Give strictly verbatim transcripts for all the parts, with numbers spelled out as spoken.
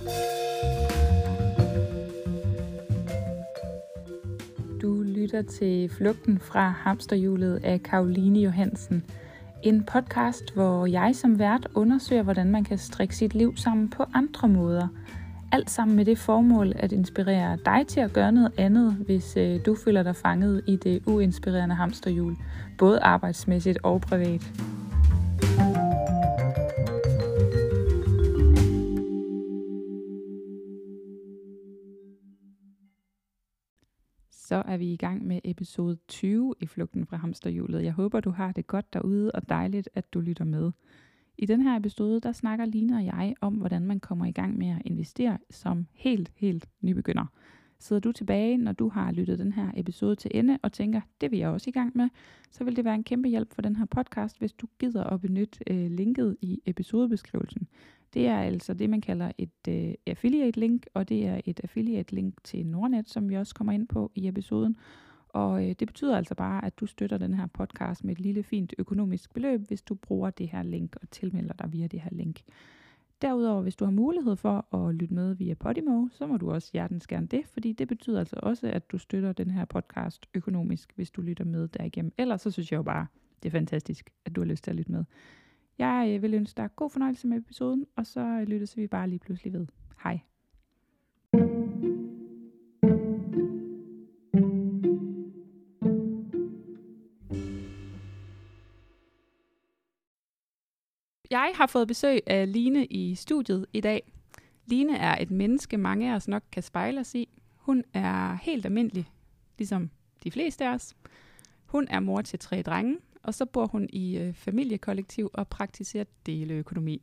Du lytter til Flugten fra hamsterhjulet af Caroline Johansen. En podcast, hvor jeg som vært undersøger, hvordan man kan strikke sit liv sammen på andre måder. Alt sammen med det formål at inspirere dig til at gøre noget andet, hvis øh, du føler dig fanget i det uinspirerende hamsterhjul, både arbejdsmæssigt og privat. Så er vi i gang med episode tyve i Flugten fra hamsterhjulet. Jeg håber, du har det godt derude, og dejligt, at du lytter med. I den her episode, der snakker Line og jeg om, hvordan man kommer i gang med at investere som helt, helt nybegynder. Sidder du tilbage, når du har lyttet den her episode til ende, og tænker, det vil jeg også i gang med, så vil det være en kæmpe hjælp for den her podcast, hvis du gider at benytte øh, linket i episodebeskrivelsen. Det er altså det, man kalder et øh, affiliate-link, og det er et affiliate-link til Nordnet, som vi også kommer ind på i episoden. Og øh, det betyder altså bare, at du støtter den her podcast med et lille fint økonomisk beløb, hvis du bruger det her link og tilmelder dig via det her link. Derudover, hvis du har mulighed for at lytte med via Podimo, så må du også hjertens gerne det, fordi det betyder altså også, at du støtter den her podcast økonomisk, hvis du lytter med derigennem. Ellers så synes jeg jo bare, det er fantastisk, at du har lyst til at lytte med. Jeg vil ønske dig god fornøjelse med episoden, og så lyttes vi bare lige pludselig ved. Hej. Jeg har fået besøg af Line i studiet i dag. Line er et menneske, mange af os nok kan spejle os i. Hun er helt almindelig, ligesom de fleste af os. Hun er mor til tre drenge, og så bor hun i øh, familiekollektiv og praktiserer deleøkonomi.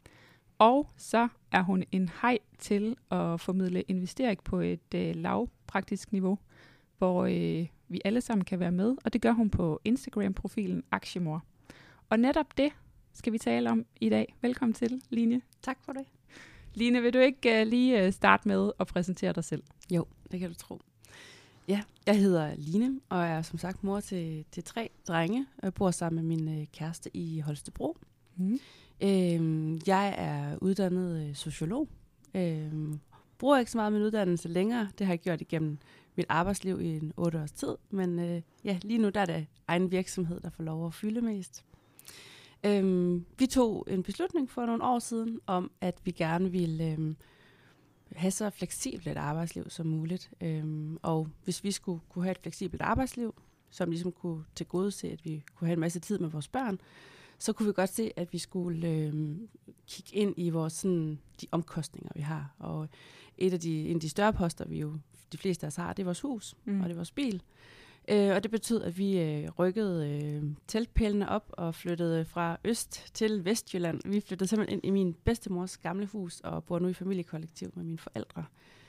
Og så er hun en hej til at formidle investering på et øh, lavpraktisk niveau, hvor øh, vi alle sammen kan være med, og det gør hun på Instagram-profilen Aktiemor. Og netop det skal vi tale om i dag. Velkommen til, Line. Tak for det. Line, vil du ikke uh, lige uh, starte med at præsentere dig selv? Jo, det kan du tro. Ja, jeg hedder Line, og er som sagt mor til, til tre drenge. Jeg bor sammen med min uh, kæreste i Holstebro. Mm. Øhm, jeg er uddannet uh, sociolog. Øhm, bruger ikke så meget min uddannelse længere. Det har jeg gjort igennem mit arbejdsliv i en otte års tid. Men uh, ja, lige nu der er det egen virksomhed, der får lov at fylde mest. Øhm, vi tog en beslutning for nogle år siden om, at vi gerne ville øhm, have så fleksibelt et arbejdsliv som muligt. Øhm, og hvis vi skulle kunne have et fleksibelt arbejdsliv, som ligesom kunne tilgodese, at vi kunne have en masse tid med vores børn, så kunne vi godt se, at vi skulle øhm, kigge ind i vores, sådan, de omkostninger, vi har. Og et af de, en af de større poster, vi jo de fleste af os har, det er vores hus, mm. og det er vores bil. Øh, og det betød, at vi øh, rykkede øh, teltpælene op og flyttede fra øst til Vestjylland. Vi flyttede simpelthen ind i min bedstemors gamle hus og bor nu i familiekollektiv med mine forældre.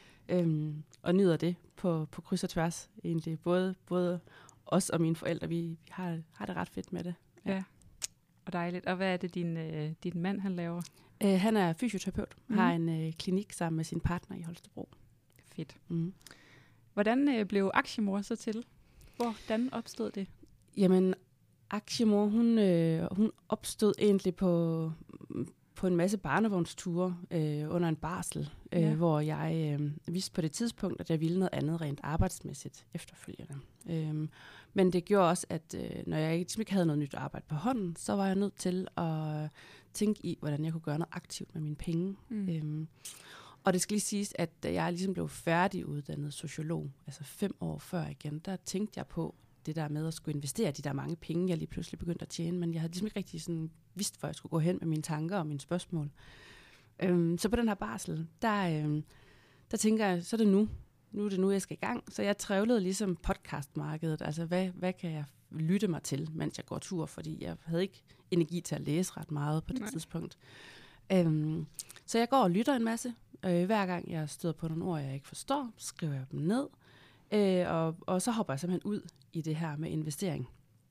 Øhm, og nyder det på, på kryds og tværs egentlig. Både, både os og mine forældre, vi, vi har, har det ret fedt med det. Ja, ja. Og dejligt. Og hvad er det, din, øh, din mand han laver? Øh, han er fysioterapeut. Mm. Har en øh, klinik sammen med sin partner i Holstebro. Fedt. Mm. Hvordan øh, blev Aktiemor så til? Hvordan opstod det? Jamen, Aktiemor, hun, øh, hun opstod egentlig på, på en masse barnevognsture øh, under en barsel, øh, ja. hvor jeg øh, vidste på det tidspunkt, at jeg ville noget andet rent arbejdsmæssigt efterfølgende. Øh, men det gjorde også, at øh, når jeg ikke, ikke havde noget nyt arbejde på hånden, så var jeg nødt til at tænke i, hvordan jeg kunne gøre noget aktivt med mine penge. Mm. Øh, Og det skal lige siges, at da jeg ligesom blev færdiguddannet sociolog, altså fem år før igen, der tænkte jeg på det der med at skulle investere de der mange penge, jeg lige pludselig begyndte at tjene, men jeg havde ligesom ikke rigtig sådan vidst, hvor jeg skulle gå hen med mine tanker og mine spørgsmål. Øhm, så på den her barsel, der, øhm, der tænker jeg, så er det nu. Nu er det nu, jeg skal i gang. Så jeg trævlede ligesom podcastmarkedet, altså hvad, hvad kan jeg lytte mig til, mens jeg går tur, fordi jeg havde ikke energi til at læse ret meget på det Nej. tidspunkt. Øhm, så jeg går og lytter en masse. Øh, hver gang jeg støder på nogle ord, jeg ikke forstår, skriver jeg dem ned, øh, og, og så hopper jeg simpelthen ud i det her med investering,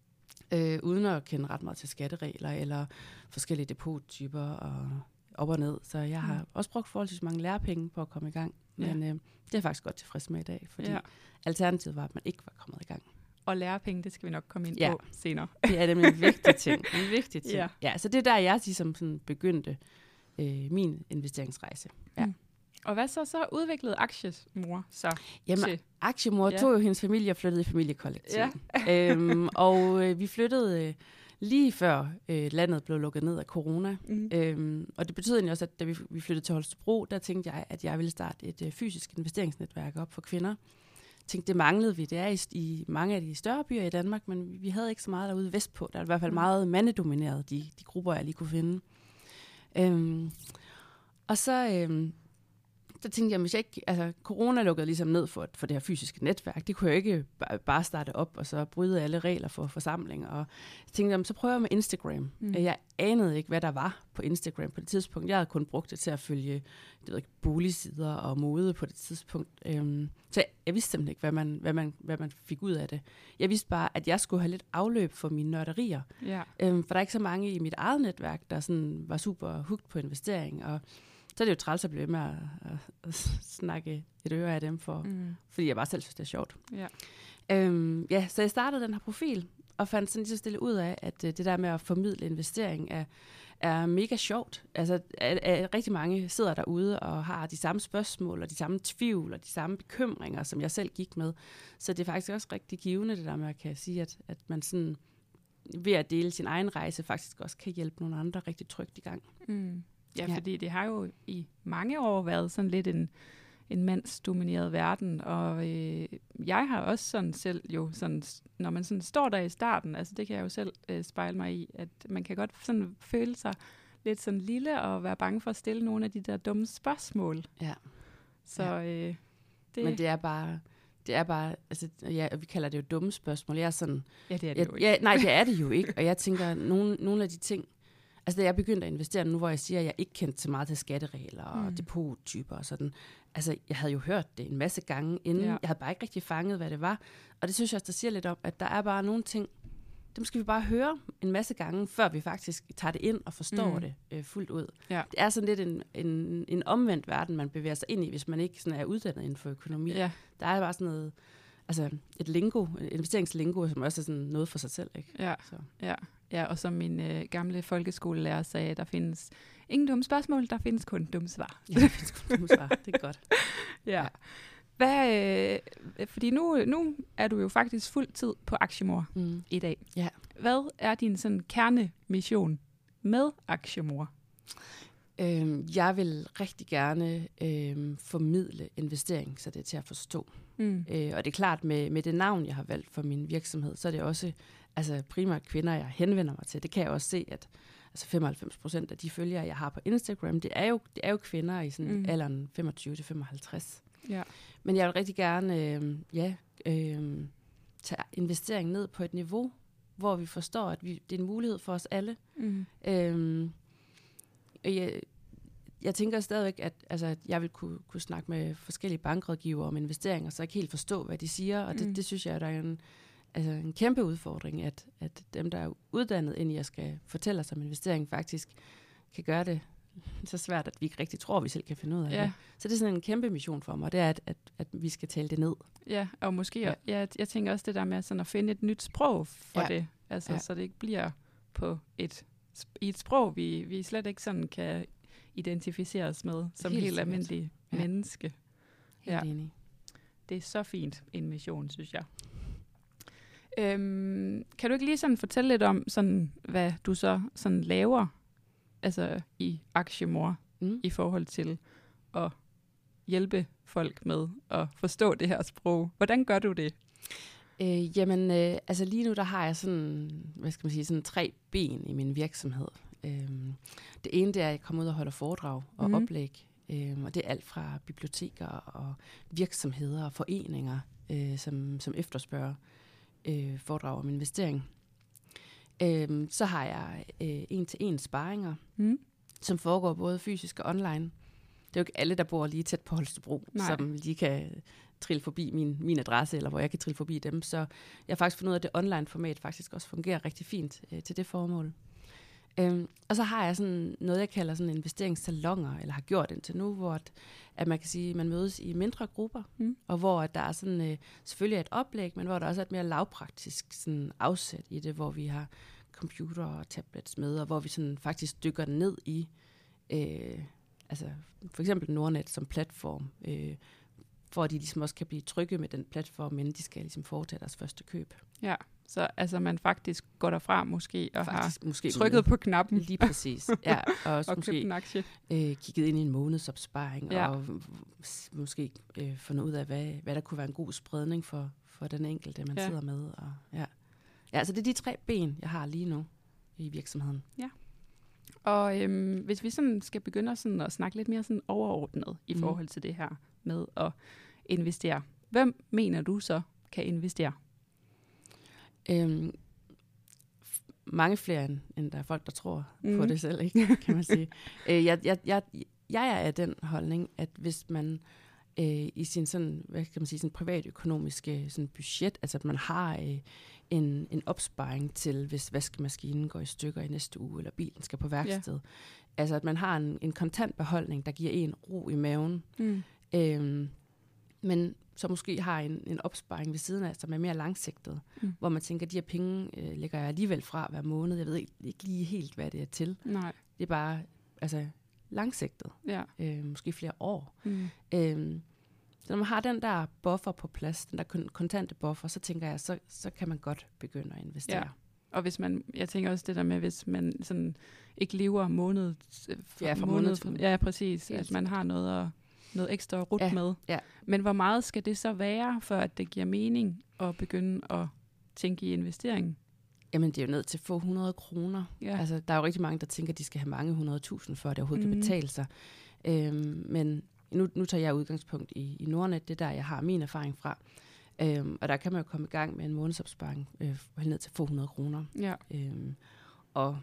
øh, uden at kende ret meget til skatteregler eller forskellige depottyper og op og ned. Så jeg har mm. også brugt forholdsvis mange lærepenge på at komme i gang, men ja. øh, det er jeg faktisk godt tilfreds med i dag, fordi ja. alternativet var, at man ikke var kommet i gang. Og lærepenge, det skal vi nok komme ind ja. på senere. Det er nemlig en vigtig ting. En vigtig ting. Ja. Ja, så det er der, jeg ligesom sådan begyndte øh, min investeringsrejse. Ja. Mm. Og hvad så? Så udviklede Aktiemor så Jamen, til? Aktiemor Ja. tog jo hendes familie og flyttede i familiekollektiv. Ja. øhm, og øh, vi flyttede øh, lige før øh, landet blev lukket ned af corona. Mm. Øhm, og det betød egentlig også, at da vi, vi flyttede til Holstebro, der tænkte jeg, at jeg ville starte et øh, fysisk investeringsnetværk op for kvinder. Jeg tænkte, det manglede vi. Det er i, i mange af de større byer i Danmark, men vi havde ikke så meget derude vestpå. Der er i hvert fald mm. meget mandedomineret, de, de grupper, jeg lige kunne finde. Øhm, og så... Øhm, Så tænkte jeg, hvis jeg ikke, altså corona lukkede ligesom ned for, for det her fysiske netværk, det kunne jeg ikke bare starte op og så bryde alle regler for forsamlinger. Og jeg tænkte, jamen, så prøver jeg med Instagram. Mm. Jeg anede ikke, hvad der var på Instagram på det tidspunkt. Jeg havde kun brugt det til at følge, det ved ikke, boligsider og mode på det tidspunkt. Øhm, så jeg, jeg vidste simpelthen ikke, hvad man, hvad, man, hvad man fik ud af det. Jeg vidste bare, at jeg skulle have lidt afløb for mine nørderier. Ja. Øhm, for der er ikke så mange i mit eget netværk, der sådan var super hooked på investering, og så er det jo træls at blive med at, at, at snakke et øre af dem, for, mm. fordi jeg bare selv synes, det er sjovt. Ja. Øhm, ja, så jeg startede den her profil, og fandt sådan lige så stille ud af, at det der med at formidle investering er, er mega sjovt. Altså, at, at rigtig mange sidder derude og har de samme spørgsmål, og de samme tvivl, og de samme bekymringer, som jeg selv gik med. Så det er faktisk også rigtig givende, det der med at kan sige, at, at man sådan, ved at dele sin egen rejse, faktisk også kan hjælpe nogle andre rigtig trygt i gang. Mm. Ja, ja, fordi det har jo i mange år været sådan lidt en, en mandsdomineret verden, og øh, jeg har også sådan selv jo, sådan, når man sådan står der i starten, altså det kan jeg jo selv øh, spejle mig i, at man kan godt sådan føle sig lidt sådan lille, og være bange for at stille nogle af de der dumme spørgsmål. Ja. Så øh, det... Men det er bare... Det er bare, altså, ja, vi kalder det jo dumme spørgsmål. Jeg er sådan... Ja, det er det jeg, jo ikke. Ja, nej, det er det jo ikke, og jeg tænker, nogle, nogle af de ting... Altså, da jeg begyndte at investere nu, hvor jeg siger, at jeg ikke kendte så meget til skatteregler og mm. depottyper og sådan. Altså, jeg havde jo hørt det en masse gange inden. Ja. Jeg havde bare ikke rigtig fanget, hvad det var. Og det synes jeg også, der siger lidt om, at der er bare nogle ting, dem skal vi bare høre en masse gange, før vi faktisk tager det ind og forstår mm. det øh, fuldt ud. Ja. Det er sådan lidt en, en, en omvendt verden, man bevæger sig ind i, hvis man ikke sådan er uddannet inden for økonomi. Ja. Der er bare sådan noget... Altså et lingo, et investeringslingo, som også er sådan noget for sig selv, ikke? Ja, så. ja. ja og som min øh, gamle folkeskolelærer sagde, der findes ingen dumme spørgsmål, der findes kun dumme svar. Ja, der findes kun dumme svar, det er godt. ja. ja. Hvad, øh, fordi nu, nu er du jo faktisk fuld tid på Aktiemor mm. i dag. Ja. Hvad er din sådan kernemission med Aktiemor? Øhm, jeg vil rigtig gerne øhm, formidle investering, så det er til at forstå. Mm. Øh, og det er klart, med, med det navn, jeg har valgt for min virksomhed, så er det også altså, primært kvinder, jeg henvender mig til. Det kan jeg også se, at altså femoghalvfems procent af de følgere, jeg har på Instagram, det er jo, det er jo kvinder i sådan mm. alderen femogtyve til femoghalvtreds. Ja. Men jeg vil rigtig gerne øh, ja, øh, tage investering ned på et niveau, hvor vi forstår, at vi, det er en mulighed for os alle. Mm. Øh, jeg, jeg tænker stadigvæk, at, altså, at jeg vil kunne, kunne snakke med forskellige bankrådgivere om investeringer, så jeg kan helt forstå, hvad de siger, og det, mm. det synes jeg, der er en, altså, en kæmpe udfordring, at, at dem, der er uddannet ind i at skal fortælle os om investering, faktisk kan gøre det så svært, at vi ikke rigtig tror, at vi selv kan finde ud af ja. det. Så det er sådan en kæmpe mission for mig, det er, at, at, at vi skal tale det ned. Ja, og måske, ja. jeg, jeg tænker også det der med sådan at finde et nyt sprog for ja. det, altså, ja. så det ikke bliver på et, i et sprog, vi, vi slet ikke sådan kan identificere os med, som helt, helt almindelig ja. menneske. Helt ja. enig. Det er så fint en mission, synes jeg. Øhm, kan du ikke lige sådan fortælle lidt om, sådan, hvad du så sådan laver altså i Aktiemor mm. i forhold til at hjælpe folk med at forstå det her sprog? Hvordan gør du det? Øh, jamen, øh, altså lige nu der har jeg sådan, hvad skal man sige, sådan tre ben i min virksomhed. Øh, det ene det er, at jeg kommer ud og holder foredrag og mm. oplæg, øh, og det er alt fra biblioteker og virksomheder og foreninger, øh, som, som efterspørger øh, foredrag om investering. Øh, så har jeg øh, en-til-en sparringer, mm. som foregår både fysisk og online. Det er jo ikke alle, der bor lige tæt på Holstebro, Nej. som lige kan trille forbi min, min adresse, eller hvor jeg kan trille forbi dem. Så jeg har faktisk fundet ud af, at det online-format faktisk også fungerer rigtig fint øh, til det formål. Øhm, og så har jeg sådan noget, jeg kalder sådan investeringssalonger, eller har gjort indtil nu, hvor at, at man kan sige, at man mødes i mindre grupper, mm. og hvor at der er sådan, øh, selvfølgelig et oplæg, men hvor der også er et mere lavpraktisk sådan, afsæt i det, hvor vi har computer og tablets med, og hvor vi sådan faktisk dykker ned i øh, altså for eksempel Nordnet som platform, øh, for at de ligesom også kan blive trygge med den platform, inden de skal ligesom foretage deres første køb. Ja, så altså man faktisk går derfra måske og faktisk, har måske trykket med. På knappen. Lige præcis. Ja, og også og måske købt en aktie. Øh, kigget ind i en månedsopsparing, ja. og måske øh, fundet ud af, hvad, hvad der kunne være en god spredning for, for den enkelte, man ja. sidder med. Og, ja. ja, altså det er de tre ben, jeg har lige nu i virksomheden. Ja. Og øhm, hvis vi sådan skal begynde sådan at snakke lidt mere sådan overordnet i forhold til det her med at investere. Hvem mener du så kan investere? Øhm, f- mange flere, end, end der er folk, der tror mm. på det selv, ikke, kan man sige. øh, jeg, jeg, jeg, jeg er af den holdning, at hvis man øh, i sin sådan, hvad kan man sige, sådan privatøkonomiske sådan budget, altså at man har øh, en, en opsparing til, hvis vaskemaskinen går i stykker i næste uge, eller bilen skal på værksted. Yeah. Altså at man har en, en kontant beholdning, der giver en ro i maven. Mm. Øhm, men så måske har en, en opsparing ved siden af, som er mere langsigtet, mm. hvor man tænker, at de her penge øh, lægger jeg alligevel fra hver måned. Jeg ved ikke, ikke lige helt, hvad det er til. Nej. Det er bare altså, langsigtet. Ja. Øh, måske flere år. Mm. Øhm, så når man har den der buffer på plads, den der kontante buffer, så tænker jeg, så, så kan man godt begynde at investere. Ja. Og hvis man, jeg tænker også det der med, hvis man sådan ikke lever måned for ja, fra måned, måned til ja, præcis, at man har noget at noget ekstra rut ja, med. Ja. Men hvor meget skal det så være, for at det giver mening at begynde at tænke i investeringen? Jamen, det er jo nødt til få hundrede kroner. Ja. Altså, der er jo rigtig mange, der tænker, at de skal have mange hundrede tusind, for at det overhovedet mm. kan betale sig. Øhm, men nu, nu tager jeg udgangspunkt i, i Nordnet. Det er der, jeg har min erfaring fra. Øhm, og der kan man jo komme i gang med en månedsopsparing øh, helt ned til få hundrede kroner. Ja. Øhm, og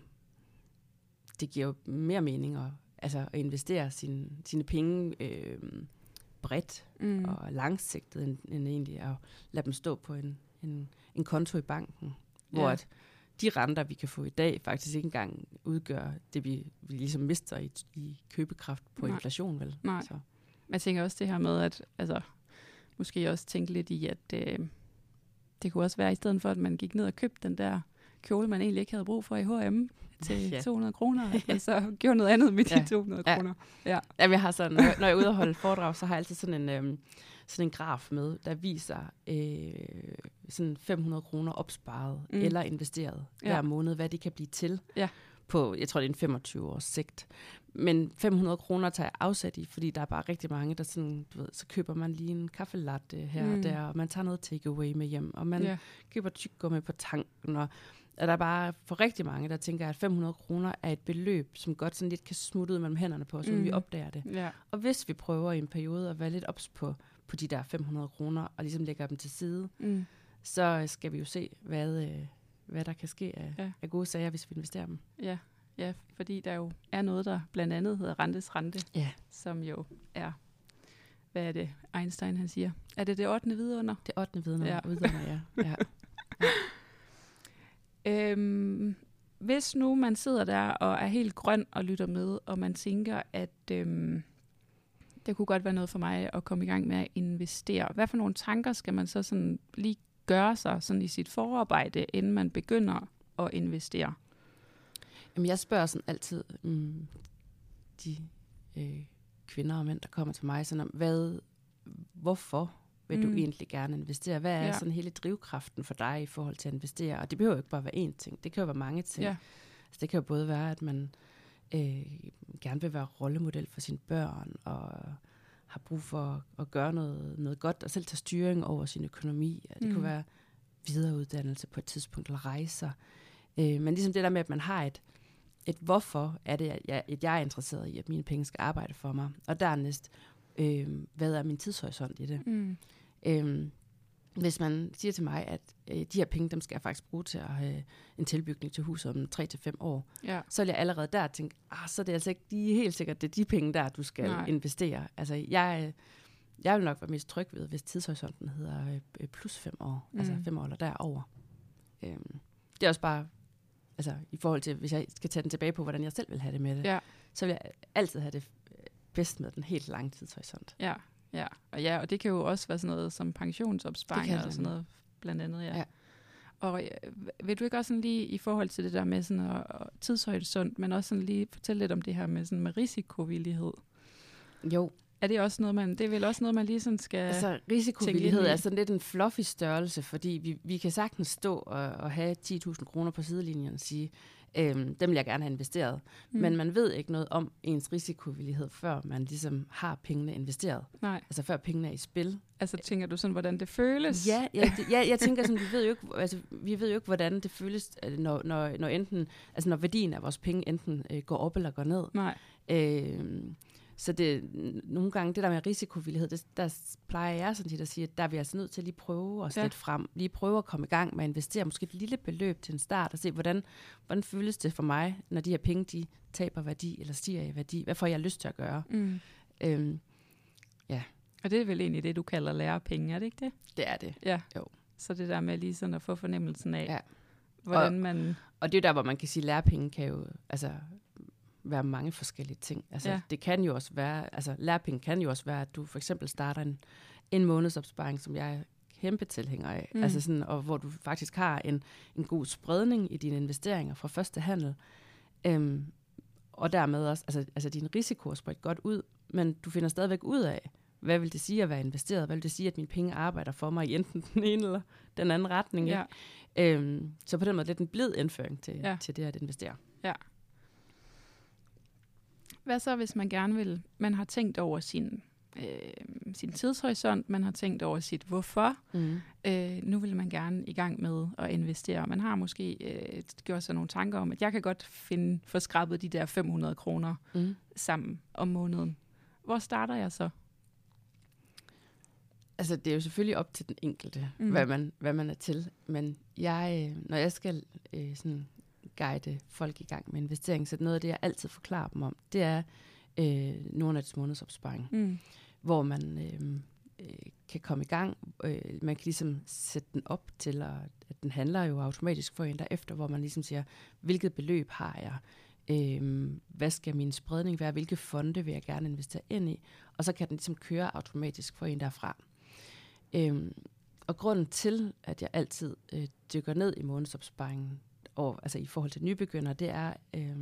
det giver jo mere mening at altså at investere sine, sine penge øh, bredt mm. og langsigtet, end, end egentlig at lade dem stå på en, en, en konto i banken, ja. Hvor at de renter, vi kan få i dag, faktisk ikke engang udgør det, vi, vi ligesom mister i, i købekraft på Nej. inflation, vel? Nej. Så. Jeg tænker også det her med, at altså, måske også tænke lidt i, at øh, det kunne også være, i stedet for, at man gik ned og købte den der kjole, man egentlig ikke havde brug for i H og M, til ja. to hundrede kroner, og så gjorde noget andet med de ja. to hundrede kroner. Ja. Jamen, jeg har sådan, når jeg, når jeg er ude og holde foredrag, så har jeg altid sådan en, øhm, sådan en graf med, der viser øh, sådan fem hundrede kroner opsparet mm. eller investeret ja. hver måned, hvad det kan blive til ja. på, jeg tror det er en femogtyve års sigt. Men fem hundrede kroner tager jeg afsat i, fordi der er bare rigtig mange, der sådan, du ved, så køber man lige en kaffelatte her mm. og der, og man tager noget takeaway med hjem, og man ja. køber tyggegummi på tanken, og Og der er bare for rigtig mange, der tænker, at fem hundrede kroner er et beløb, som godt sådan lidt kan smutte ud mellem hænderne på os, mm. uden vi opdager det. Ja. Og hvis vi prøver i en periode at være lidt ops på, på de der fem hundrede kroner, og ligesom lægger dem til side, mm. så skal vi jo se, hvad, øh, hvad der kan ske af, ja. af gode sager, hvis vi investerer dem. Ja. ja, fordi der jo er noget, der blandt andet hedder rentes rente, ja. som jo er, hvad er det, Einstein han siger? Er det det ottende vidunder? Det ottende vidunder, ja. vidunder, ja. ja. ja. Øhm, hvis nu man sidder der og er helt grøn og lytter med, og man tænker, at øhm, det kunne godt være noget for mig at komme i gang med at investere. Hvad for nogle tanker skal man så sådan lige gøre sig sådan i sit forarbejde, inden man begynder at investere? Jamen, jeg spørger sådan altid um, de øh, kvinder og mænd, der kommer til mig, sådan om, hvad, hvorfor vil mm. du egentlig gerne investere? Hvad er ja. sådan hele drivkraften for dig i forhold til at investere? Og det behøver jo ikke bare være én ting. Det kan jo være mange ting. Ja. Altså, det kan jo både være, at man øh, gerne vil være rollemodel for sine børn, og har brug for at gøre noget, noget godt, og selv tage styring over sin økonomi. Det mm. kunne være videreuddannelse på et tidspunkt, eller rejser. Øh, men ligesom det der med, at man har et, et hvorfor er det, at jeg, at jeg er interesseret i, at mine penge skal arbejde for mig. Og dernæst, øh, hvad er min tidshorisont i det? Mm. Øhm, hvis man siger til mig, at øh, de her penge, dem skal jeg faktisk bruge til at have en tilbygning til huset om tre til fem år, ja. så vil jeg allerede der tænke, ah, så er det altså ikke lige helt sikkert, det er de penge der, du skal Nej. investere. Altså, jeg, jeg vil nok være mest tryg ved, hvis tidshorisonten hedder øh, plus fem år, mm. altså fem år eller derover. Øhm, det er også bare, altså i forhold til, hvis jeg skal tage den tilbage på, hvordan jeg selv vil have det med det, ja. så vil jeg altid have det bedst med den helt lange tidshorisont. Ja. Ja, og ja, og det kan jo også være sådan noget som pensionsopsparing og sådan noget, blandt andet, ja. ja. Og vil du ikke også sådan lige i forhold til det der med sådan at, at tidshorisont, men også sådan lige fortælle lidt om det her med sådan med risikovillighed? Jo. Er det også noget, man, det er vel også noget, man lige sådan skal altså, risikovillighed er sådan lidt en fluffy størrelse, fordi vi, vi kan sagtens stå og, og have ti tusind kroner på sidelinjen og sige, øhm, dem vil jeg gerne have investeret. Mm. Men man ved ikke noget om ens risikovillighed, før man ligesom har pengene investeret. Nej. Altså før pengene er i spil. Altså tænker du sådan, hvordan det føles? Ja, ja, det, ja jeg tænker sådan, vi ved jo ikke, altså, vi ved jo ikke, hvordan det føles, når, når, når, enten, altså, når værdien af vores penge enten øh, går op eller går ned. Nej. Øh, Så det, nogle gange, det der med risikovillighed, det, der plejer jeg sådan set at sige, at der er vi altså nødt til at lige prøve os ja. lidt frem. Lige prøve at komme i gang med at investere måske et lille beløb til en start, og se, hvordan, hvordan føles det for mig, når de her penge, de taber værdi eller stiger i værdi. Hvad får jeg lyst til at gøre? Mm. Øhm, ja. Og det er vel egentlig det, du kalder lærepenge, er det ikke det? Det er det. Ja. Jo. Så det der med lige sådan at få fornemmelsen af, ja. hvordan og, man... Og det er der, hvor man kan sige, at lærepenge kan jo... altså være mange forskellige ting. Altså, ja. det kan jo også være, altså lærepenge kan jo også være, at du for eksempel starter en, en månedsopsparing, som jeg er kæmpe tilhænger af, mm. altså sådan, og hvor du faktisk har en, en god spredning i dine investeringer fra første handel, øhm, og dermed også, altså, altså din risiko er spredt godt ud, men du finder stadigvæk ud af, hvad vil det sige at være investeret, hvad vil det sige, at mine penge arbejder for mig i enten den ene eller den anden retning. Ja. Øhm, så på den måde lidt en blid indføring til, ja. til det at investere. Ja. Hvad så, hvis man gerne vil, man har tænkt over sin, øh, sin tidshorisont, man har tænkt over sit hvorfor, mm. øh, nu vil man gerne i gang med at investere. Man har måske øh, gjort sig nogle tanker om, at jeg kan godt finde forskrabet de der fem hundrede kroner mm. sammen om måneden. Hvor starter jeg så? Altså, det er jo selvfølgelig op til den enkelte, mm. hvad, man, hvad man er til. Men jeg, når jeg skal øh, sådan guide folk i gang med investering, så noget af det, jeg altid forklarer dem om, det er øh, nogle af de månedsopsparing, mm. hvor man øh, øh, kan komme i gang. Øh, man kan ligesom sætte den op til, at, at den handler jo automatisk for en derefter, hvor man ligesom siger, hvilket beløb har jeg? Øh, hvad skal min spredning være? Hvilke fonde vil jeg gerne investere ind i? Og så kan den ligesom køre automatisk for en derfra. Øh, og grunden til, at jeg altid øh, dykker ned i månedsopsparingen, og altså i forhold til nybegyndere, det er, øh,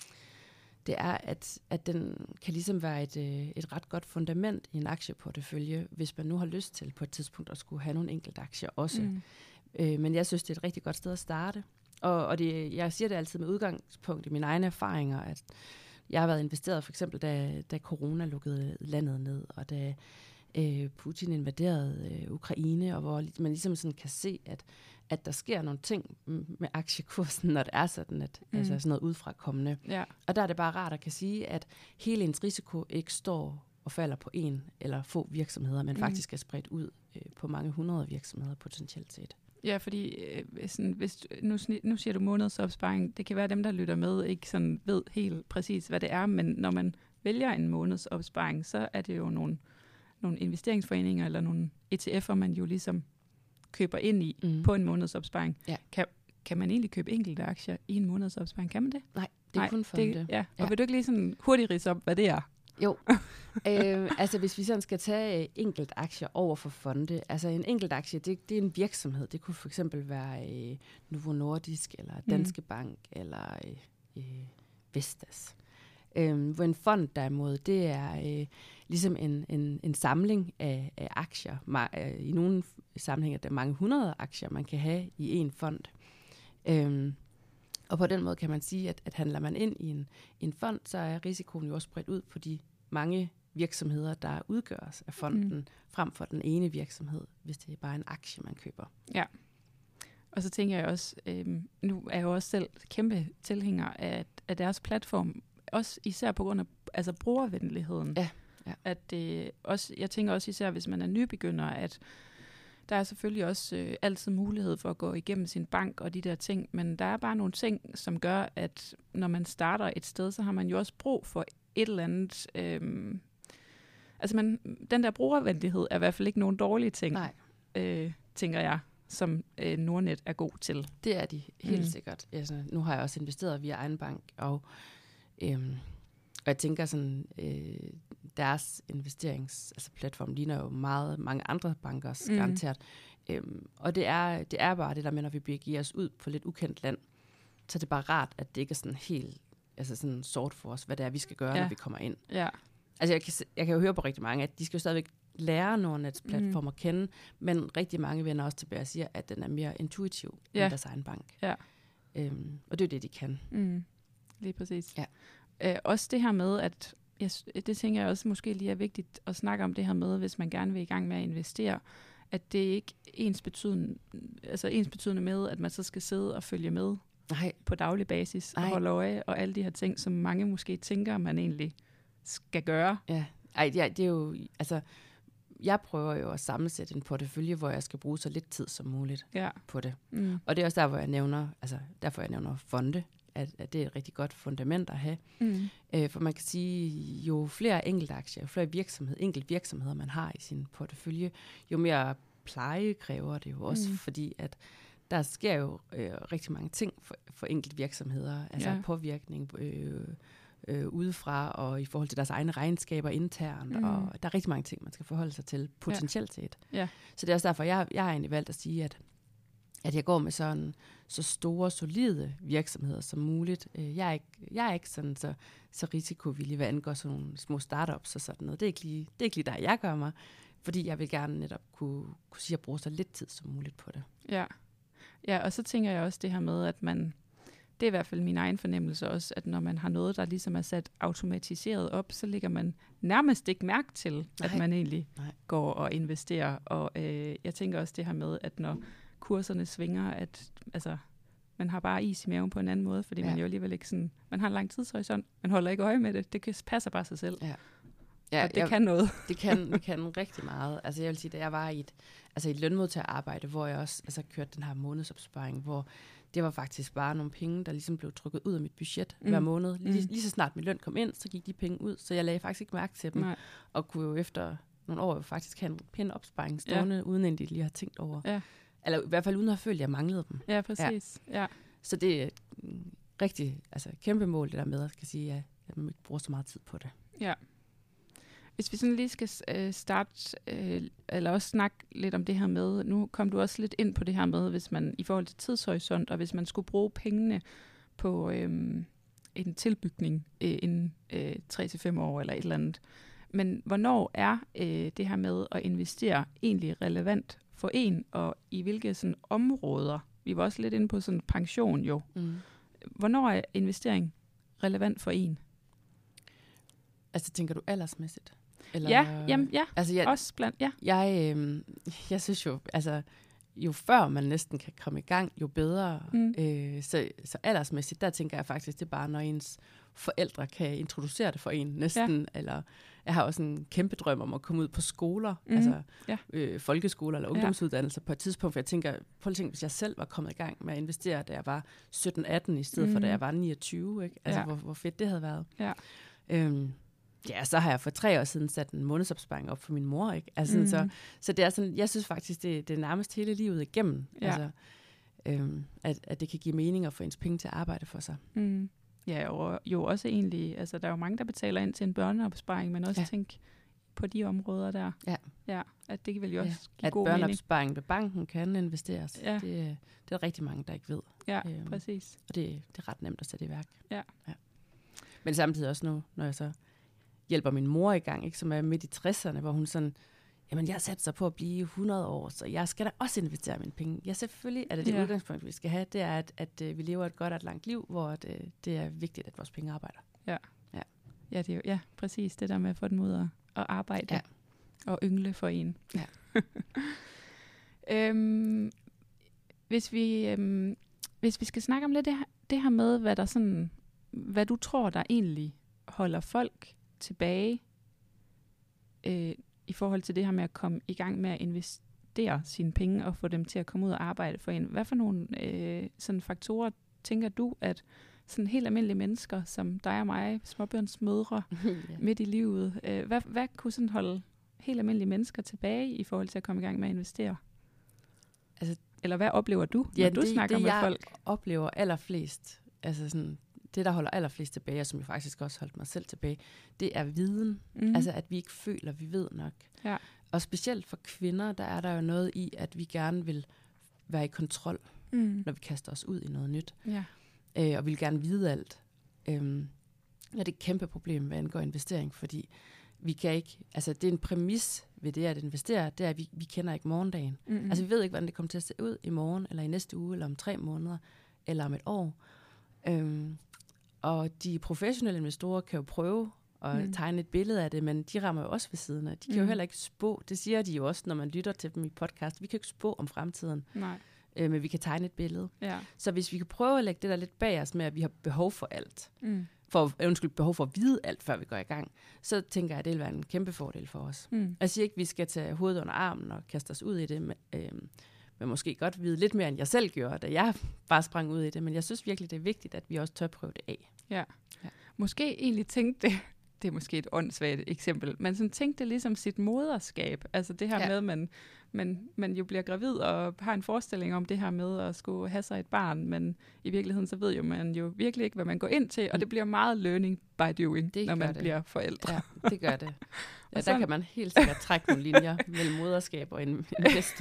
det er at, at den kan ligesom være et, øh, et ret godt fundament i en aktieportefølje, hvis man nu har lyst til på et tidspunkt at skulle have nogle enkelte aktier også. Mm. Øh, men jeg synes, det er et rigtig godt sted at starte. Og, og det, jeg siger det altid med udgangspunkt i mine egne erfaringer, at jeg har været investeret for eksempel, da, da corona lukkede landet ned, og da øh, Putin invaderede øh, Ukraine, og hvor man ligesom sådan kan se, at at der sker nogle ting med aktiekursen, når det er sådan, at mm. altså sådan noget udefrakommende. Ja. Og der er det bare rart at kan sige, at hele ens risiko ikke står og falder på en eller få virksomheder, men mm. faktisk er spredt ud øh, på mange hundrede virksomheder potentielt set. Ja, fordi øh, sådan, hvis, nu, nu siger du månedsopsparing, det kan være dem, der lytter med, ikke sådan ved helt præcis, hvad det er, men når man vælger en månedsopsparing, så er det jo nogle, nogle investeringsforeninger eller nogle E T F'er, man jo ligesom køber ind i mm. på en månedsopsparing. Ja. Kan, kan man egentlig købe enkelte aktier i en månedsopsparing? Kan man det? Nej, det er Nej, kun fonde. Det, ja. Og ja. Vil du ikke lige sådan hurtigt ridse op, hvad det er? Jo. øh, altså hvis vi sådan skal tage enkelt aktier over for fonde, altså en enkelt aktie, det, det er en virksomhed. Det kunne for eksempel være øh, Novo Nordisk, eller Danske mm. Bank, eller øh, øh, Vestas. Øh, hvor en fond derimod, det er øh, ligesom en, en, en samling af, af aktier. Ma- øh, I nogle sammenhænger der er mange hundrede aktier, man kan have i en fond. Øh, og på den måde kan man sige, at, at handler man ind i en, en fond, så er risikoen jo også spredt ud på de mange virksomheder, der udgøres af fonden, mm. frem for den ene virksomhed, hvis det er bare en aktie, man køber. Ja. Og så tænker jeg også, øh, nu er jeg jo også selv kæmpe tilhænger af, af deres platform, også især på grund af altså brugervenligheden. Ja, ja. At det også, jeg tænker også især, hvis man er nybegynder, at der er selvfølgelig også øh, altid mulighed for at gå igennem sin bank og de der ting, men der er bare nogle ting, som gør, at når man starter et sted, så har man jo også brug for et eller andet. Øh, altså man, den der brugervenlighed er i hvert fald ikke nogen dårlige ting, Nej. Øh, tænker jeg, som øh, Nordnet er god til. Det er de helt mm. sikkert. Altså, nu har jeg også investeret via egen bank, og Øhm, og jeg tænker sådan, øh, deres investerings, altså platform ligner jo meget mange andre bankers, mm. garanteret. Øhm, og det er, det er bare det der med, når vi begiver os ud på lidt ukendt land, så er det bare rart, at det ikke er sådan helt altså sådan sort for os, hvad det er, vi skal gøre, ja. når vi kommer ind. Ja. Altså jeg kan, jeg kan jo høre på rigtig mange, at de skal jo stadigvæk lære Nordnets platform mm. at kende, men rigtig mange vender også tilbage og siger, at den er mere intuitiv ja. end deres egen bank. Ja. Øhm, og det er det, de kan. Mm. Lige præcis. Ja. Øh, også det her med, at jeg, det tænker jeg også måske lige er vigtigt at snakke om det her med, hvis man gerne vil i gang med at investere, at det ikke er ens betydende, altså ens betydende med, at man så skal sidde og følge med Nej. på daglig basis Nej. og holde øje, og alle de her ting, som mange måske tænker, man egentlig skal gøre. Ja, Ej, ja det er jo, altså, jeg prøver jo at sammensætte en portefølje, hvor jeg skal bruge så lidt tid som muligt ja. på det. Mm. Og det er også der, hvor jeg nævner, altså derfor jeg nævner fonde, at, at det er et rigtig godt fundament at have. Mm. Øh, for man kan sige, jo flere enkeltaktier, jo flere virksomhed, enkelt virksomheder man har i sin portefølje, jo mere pleje kræver det jo også, mm. fordi at der sker jo øh, rigtig mange ting for, for enkelt virksomheder, altså ja. påvirkning øh, øh, udefra og i forhold til deres egne regnskaber internt, mm. og der er rigtig mange ting, man skal forholde sig til potentielt set. Ja. Ja. Så det er også derfor, jeg, jeg har egentlig valgt at sige, at at jeg går med sådan så store, solide virksomheder som muligt. Jeg er ikke, jeg er ikke sådan så, så risikovillig, hvad angår sådan nogle små startups og sådan noget. Det er ikke lige, det er ikke lige der, jeg gør mig, fordi jeg vil gerne netop kunne, kunne sige, at jeg bruger så lidt tid som muligt på det. Ja. Ja, og så tænker jeg også det her med, at man, det er i hvert fald min egen fornemmelse også, at når man har noget, der ligesom er sat automatiseret op, så lægger man nærmest ikke mærke til, Nej. at man egentlig Nej. går og investerer. Og øh, jeg tænker også det her med, at når kurserne svinger, at altså, man har bare is i maven på en anden måde, fordi ja. man jo alligevel ikke sådan, man har en lang tidshorisont, man holder ikke øje med det, det passer bare sig selv. Ja. Ja, og det jeg, kan noget. det kan, det kan rigtig meget. Altså jeg vil sige, da jeg var i et, altså i et lønmodtagerarbejde, hvor jeg også altså, kørte den her månedsopsparing, hvor det var faktisk bare nogle penge, der ligesom blev trukket ud af mit budget mm. hver måned. Lige, mm. lige så snart min løn kom ind, så gik de penge ud, så jeg lagde faktisk ikke mærke til dem, Nej. og kunne jo efter nogle år faktisk have en pæn opsparing stående, ja. uden at de lige har tænkt over. Ja. Eller i hvert fald uden at føle, at jeg manglede dem. Ja, præcis. Ja. Ja. Så det er et rigtig altså, kæmpe mål, det der med at skal sige, at man ikke bruger så meget tid på det. Ja. Hvis vi sådan lige skal øh, starte, øh, eller også snakke lidt om det her med, nu kom du også lidt ind på det her med, hvis man i forhold til tidshorisont, og hvis man skulle bruge pengene på øh, en tilbygning øh, inden øh, tre til fem år eller et eller andet. Men hvornår er øh, det her med at investere egentlig relevant for en, og i hvilke sådan, områder? Vi var også lidt inde på sådan pension jo. Mm. Hvornår er investering relevant for en? Altså tænker du aldersmæssigt? Eller, ja, jamen, ja. Altså, jeg, også blandt, ja. Jeg, øh, jeg synes jo, altså jo før man næsten kan komme i gang, jo bedre. Mm. Øh, så, så aldersmæssigt, der tænker jeg faktisk, det er bare, når ens forældre kan introducere det for en næsten. Ja. Eller jeg har også en kæmpe drøm om at komme ud på skoler, mm. altså ja. øh, folkeskoler eller ungdomsuddannelser ja. på et tidspunkt, for jeg tænker, prøv at tænke, hvis jeg selv var kommet i gang med at investere, da jeg var sytten atten, i stedet mm. for da jeg var niogtyve, ikke? Altså, ja. hvor, hvor fedt det havde været. Ja. Øhm, Ja, så har jeg for tre år siden sat en månedsopsparing op for min mor, ikke? Altså, mm. så, så det er sådan, jeg synes faktisk, det, det er nærmest hele livet igennem, ja. altså, øhm, at, at det kan give mening at få ens penge til at arbejde for sig. Mm. Ja, og jo også egentlig, altså der er jo mange, der betaler ind til en børneopsparing, men også ja. tænk på de områder der. Ja. Ja, at det vil jo også ja. give at god mening. At børneopsparing ved banken kan investeres, ja. det, det er rigtig mange, der ikke ved. Ja, øhm, præcis. Og det, det er ret nemt at sætte i værk. Ja. ja. Men samtidig også nu, når jeg så hjælper min mor i gang, ikke, som er midt i tresserne, hvor hun sådan, jamen jeg satser på at blive hundrede år, så jeg skal da også investere mine penge. Ja, selvfølgelig er det det ja. udgangspunkt, vi skal have, det er, at, at, at vi lever et godt og et langt liv, hvor det, det er vigtigt, at vores penge arbejder. Ja, ja. Ja, det er jo, ja, præcis det der med at få dem ud og, og arbejde ja. og yngle for en. Ja. øhm, hvis, vi, øhm, hvis vi skal snakke om lidt det her, det her med, hvad der sådan, hvad du tror, der egentlig holder folk tilbage øh, i forhold til det her med at komme i gang med at investere sine penge og få dem til at komme ud og arbejde for en. Hvad for nogle øh, sådan faktorer tænker du, at sådan helt almindelige mennesker, som dig og mig, småbørnsmødre ja. midt i livet, øh, hvad, hvad kunne sådan holde helt almindelige mennesker tilbage i forhold til at komme i gang med at investere? Altså, eller hvad oplever du, ja, når du det, snakker det, med jeg folk? Oplever allerflest, altså sådan det, der holder allerflest tilbage, og som jeg faktisk også holdt mig selv tilbage, det er viden. Mm. Altså, at vi ikke føler, at vi ved nok. Ja. Og specielt for kvinder, der er der jo noget i, at vi gerne vil være i kontrol, mm. når vi kaster os ud i noget nyt. Ja. Øh, og vi vil gerne vide alt. Øhm, og det er et kæmpe problem, hvad angår investering, fordi vi kan ikke, altså det er en præmis ved det at investere, det er, at vi, vi kender ikke morgendagen. Mm-hmm. Altså vi ved ikke, hvordan det kommer til at se ud i morgen, eller i næste uge, eller om tre måneder, eller om et år. Øhm, og de professionelle investorer kan jo prøve at mm. tegne et billede af det, men de rammer jo også ved siden af. De kan mm. jo heller ikke spå, det siger de jo også, når man lytter til dem i podcast, vi kan jo ikke spå om fremtiden. Nej. Øh, men vi kan tegne et billede. Ja. Så hvis vi kan prøve at lægge det der lidt bag os med, at vi har behov for alt, mm. for, undskyld, behov for at vide alt, før vi går i gang, så tænker jeg, at det vil være en kæmpe fordel for os. Mm. Jeg siger ikke, at vi skal tage hovedet under armen og kaste os ud i det, men, øh, men måske godt vide lidt mere, end jeg selv gjorde, da jeg bare sprang ud i det. Men jeg synes virkelig, det er vigtigt, at vi også tør prøve det af. Ja. Ja. Måske egentlig tænkte det, det er måske et åndssvagt eksempel, men sådan tænkte det ligesom sit moderskab. Altså det her ja. med, at man, man, man jo bliver gravid og har en forestilling om det her med at skulle have sig et barn, men i virkeligheden så ved jo man jo virkelig ikke, hvad man går ind til, og det bliver meget learning by doing, det når man det. bliver forældre. Ja, det gør det. Ja, der kan man helt sikkert trække nogle linjer mellem moderskab og investor.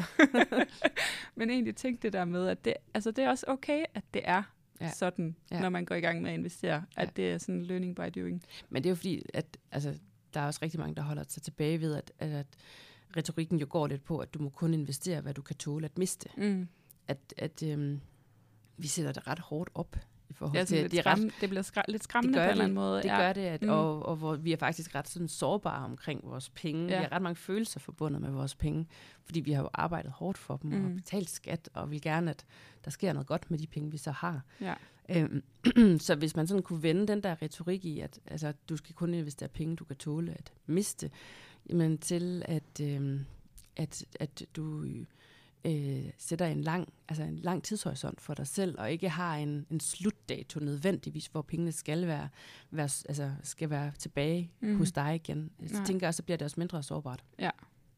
Men egentlig tænkte det der med, at det, altså det er også okay, at det er ja. sådan, ja. når man går i gang med at investere, at ja. det er sådan learning by doing. Men det er jo fordi, at altså, der er også rigtig mange, der holder sig tilbage ved, at, at, at retorikken jo går lidt på, at du må kun investere, hvad du kan tåle at miste. Mm. At, at øhm, vi sætter det ret hårdt op i forhold ja, til, det, det, ret, det bliver skra- lidt skræmmende på en eller anden måde. Det ja. gør det, at, mm. og, og hvor vi er faktisk ret sådan sårbare omkring vores penge. Ja. Vi har ret mange følelser forbundet med vores penge, fordi vi har jo arbejdet hårdt for dem mm. og betalt skat, og vil gerne, at der sker noget godt med de penge, vi så har. Ja. Øhm, så hvis man sådan kunne vende den der retorik i, at altså, du skal kun investere penge, du kan tåle at miste, jamen til at, øhm, at, at du øh, sætter en lang, altså en lang tidshorisont for dig selv, og ikke har en, en slutdato nødvendigvis, hvor pengene skal være, være, altså, skal være tilbage mm. hos dig igen. Så Nej. tænker jeg, så bliver det også mindre sårbart. Ja.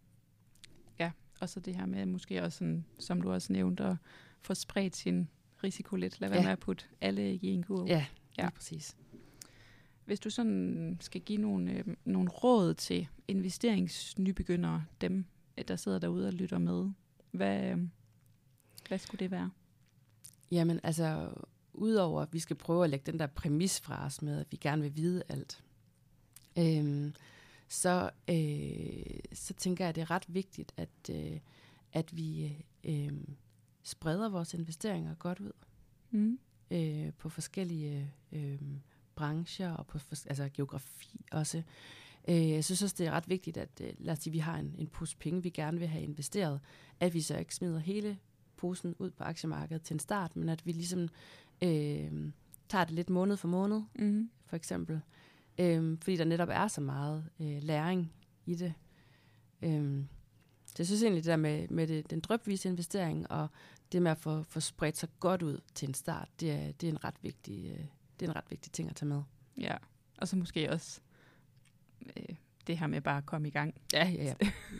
Ja, og så det her med måske også, sådan, som du også nævnte, at få spredt sin risiko lidt. Lad være ja. med at putte alle æg i en kurv. Ja, ja, præcis. Hvis du sådan skal give nogle, øh, nogle råd til investeringsnybegyndere, dem, der sidder derude og lytter med, hvad, øh, hvad skulle det være? Jamen, altså, udover at vi skal prøve at lægge den der præmis fra os med, at vi gerne vil vide alt, øh, så, øh, så tænker jeg, at det er ret vigtigt, at, øh, at vi øh, spreder vores investeringer godt ud mm. øh, på forskellige øh, brancher og på for, altså geografi også. Øh, jeg synes også, det er ret vigtigt, at øh, lad os sige, vi har en, en pose penge, vi gerne vil have investeret, at vi så ikke smider hele posen ud på aktiemarkedet til en start, men at vi ligesom øh, tager det lidt måned for måned, mm. for eksempel. Øh, fordi der netop er så meget øh, læring i det. Øh, så jeg synes egentlig, det der med, med det, den drypvise investering og det med at få, få spredt sig godt ud til en start, det er, det er en ret vigtig, øh, det er en ret vigtig ting at tage med. Ja, og så måske også øh, det her med bare at komme i gang. Ja, ja, ja.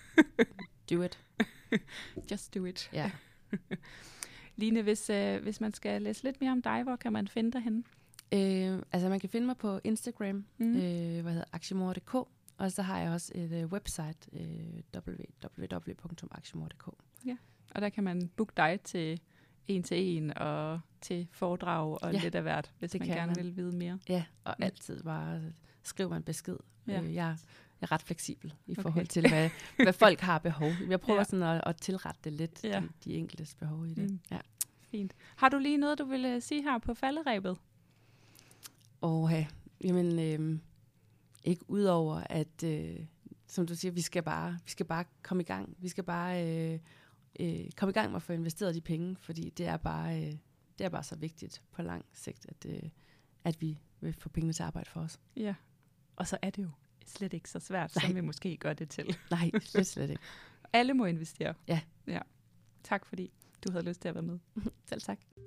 Do it. Just do it. Ja. Line, hvis, øh, hvis man skal læse lidt mere om dig, hvor kan man finde dig henne? Øh, altså man kan finde mig på Instagram, mm. øh, hvad hedder aktiemor punktum d k, og så har jeg også et øh, website, øh, w w w punktum aktiemor punktum d k. Ja, og der kan man booke dig til en til en og til foredrag og ja, lidt af hvert, hvis man gerne man. vil vide mere. Ja, og mm. altid bare skriv mig en besked. Ja. Øh, jeg, jeg er ret fleksibel i okay. forhold til, hvad, hvad folk har behov. Jeg prøver ja. sådan at, at tilrette det lidt, ja. de, de enkeltes behov i det. Mm. Ja. Fint. Har du lige noget, du vil sige her på falderebet? Åh, ja. Jamen, øh, ikke udover at, øh, som du siger, vi skal bare, vi skal bare komme i gang. Vi skal bare øh, øh, komme i gang med at få investeret de penge, fordi det er bare, øh, det er bare så vigtigt på lang sigt, at, øh, at vi vil få pengene til at arbejde for os. Ja, og så er det jo slet ikke så svært, Nej. som vi måske gør det til. Nej, slet, slet ikke. Alle må investere. Ja. Ja. Tak fordi du havde lyst til at være med. Selv tak.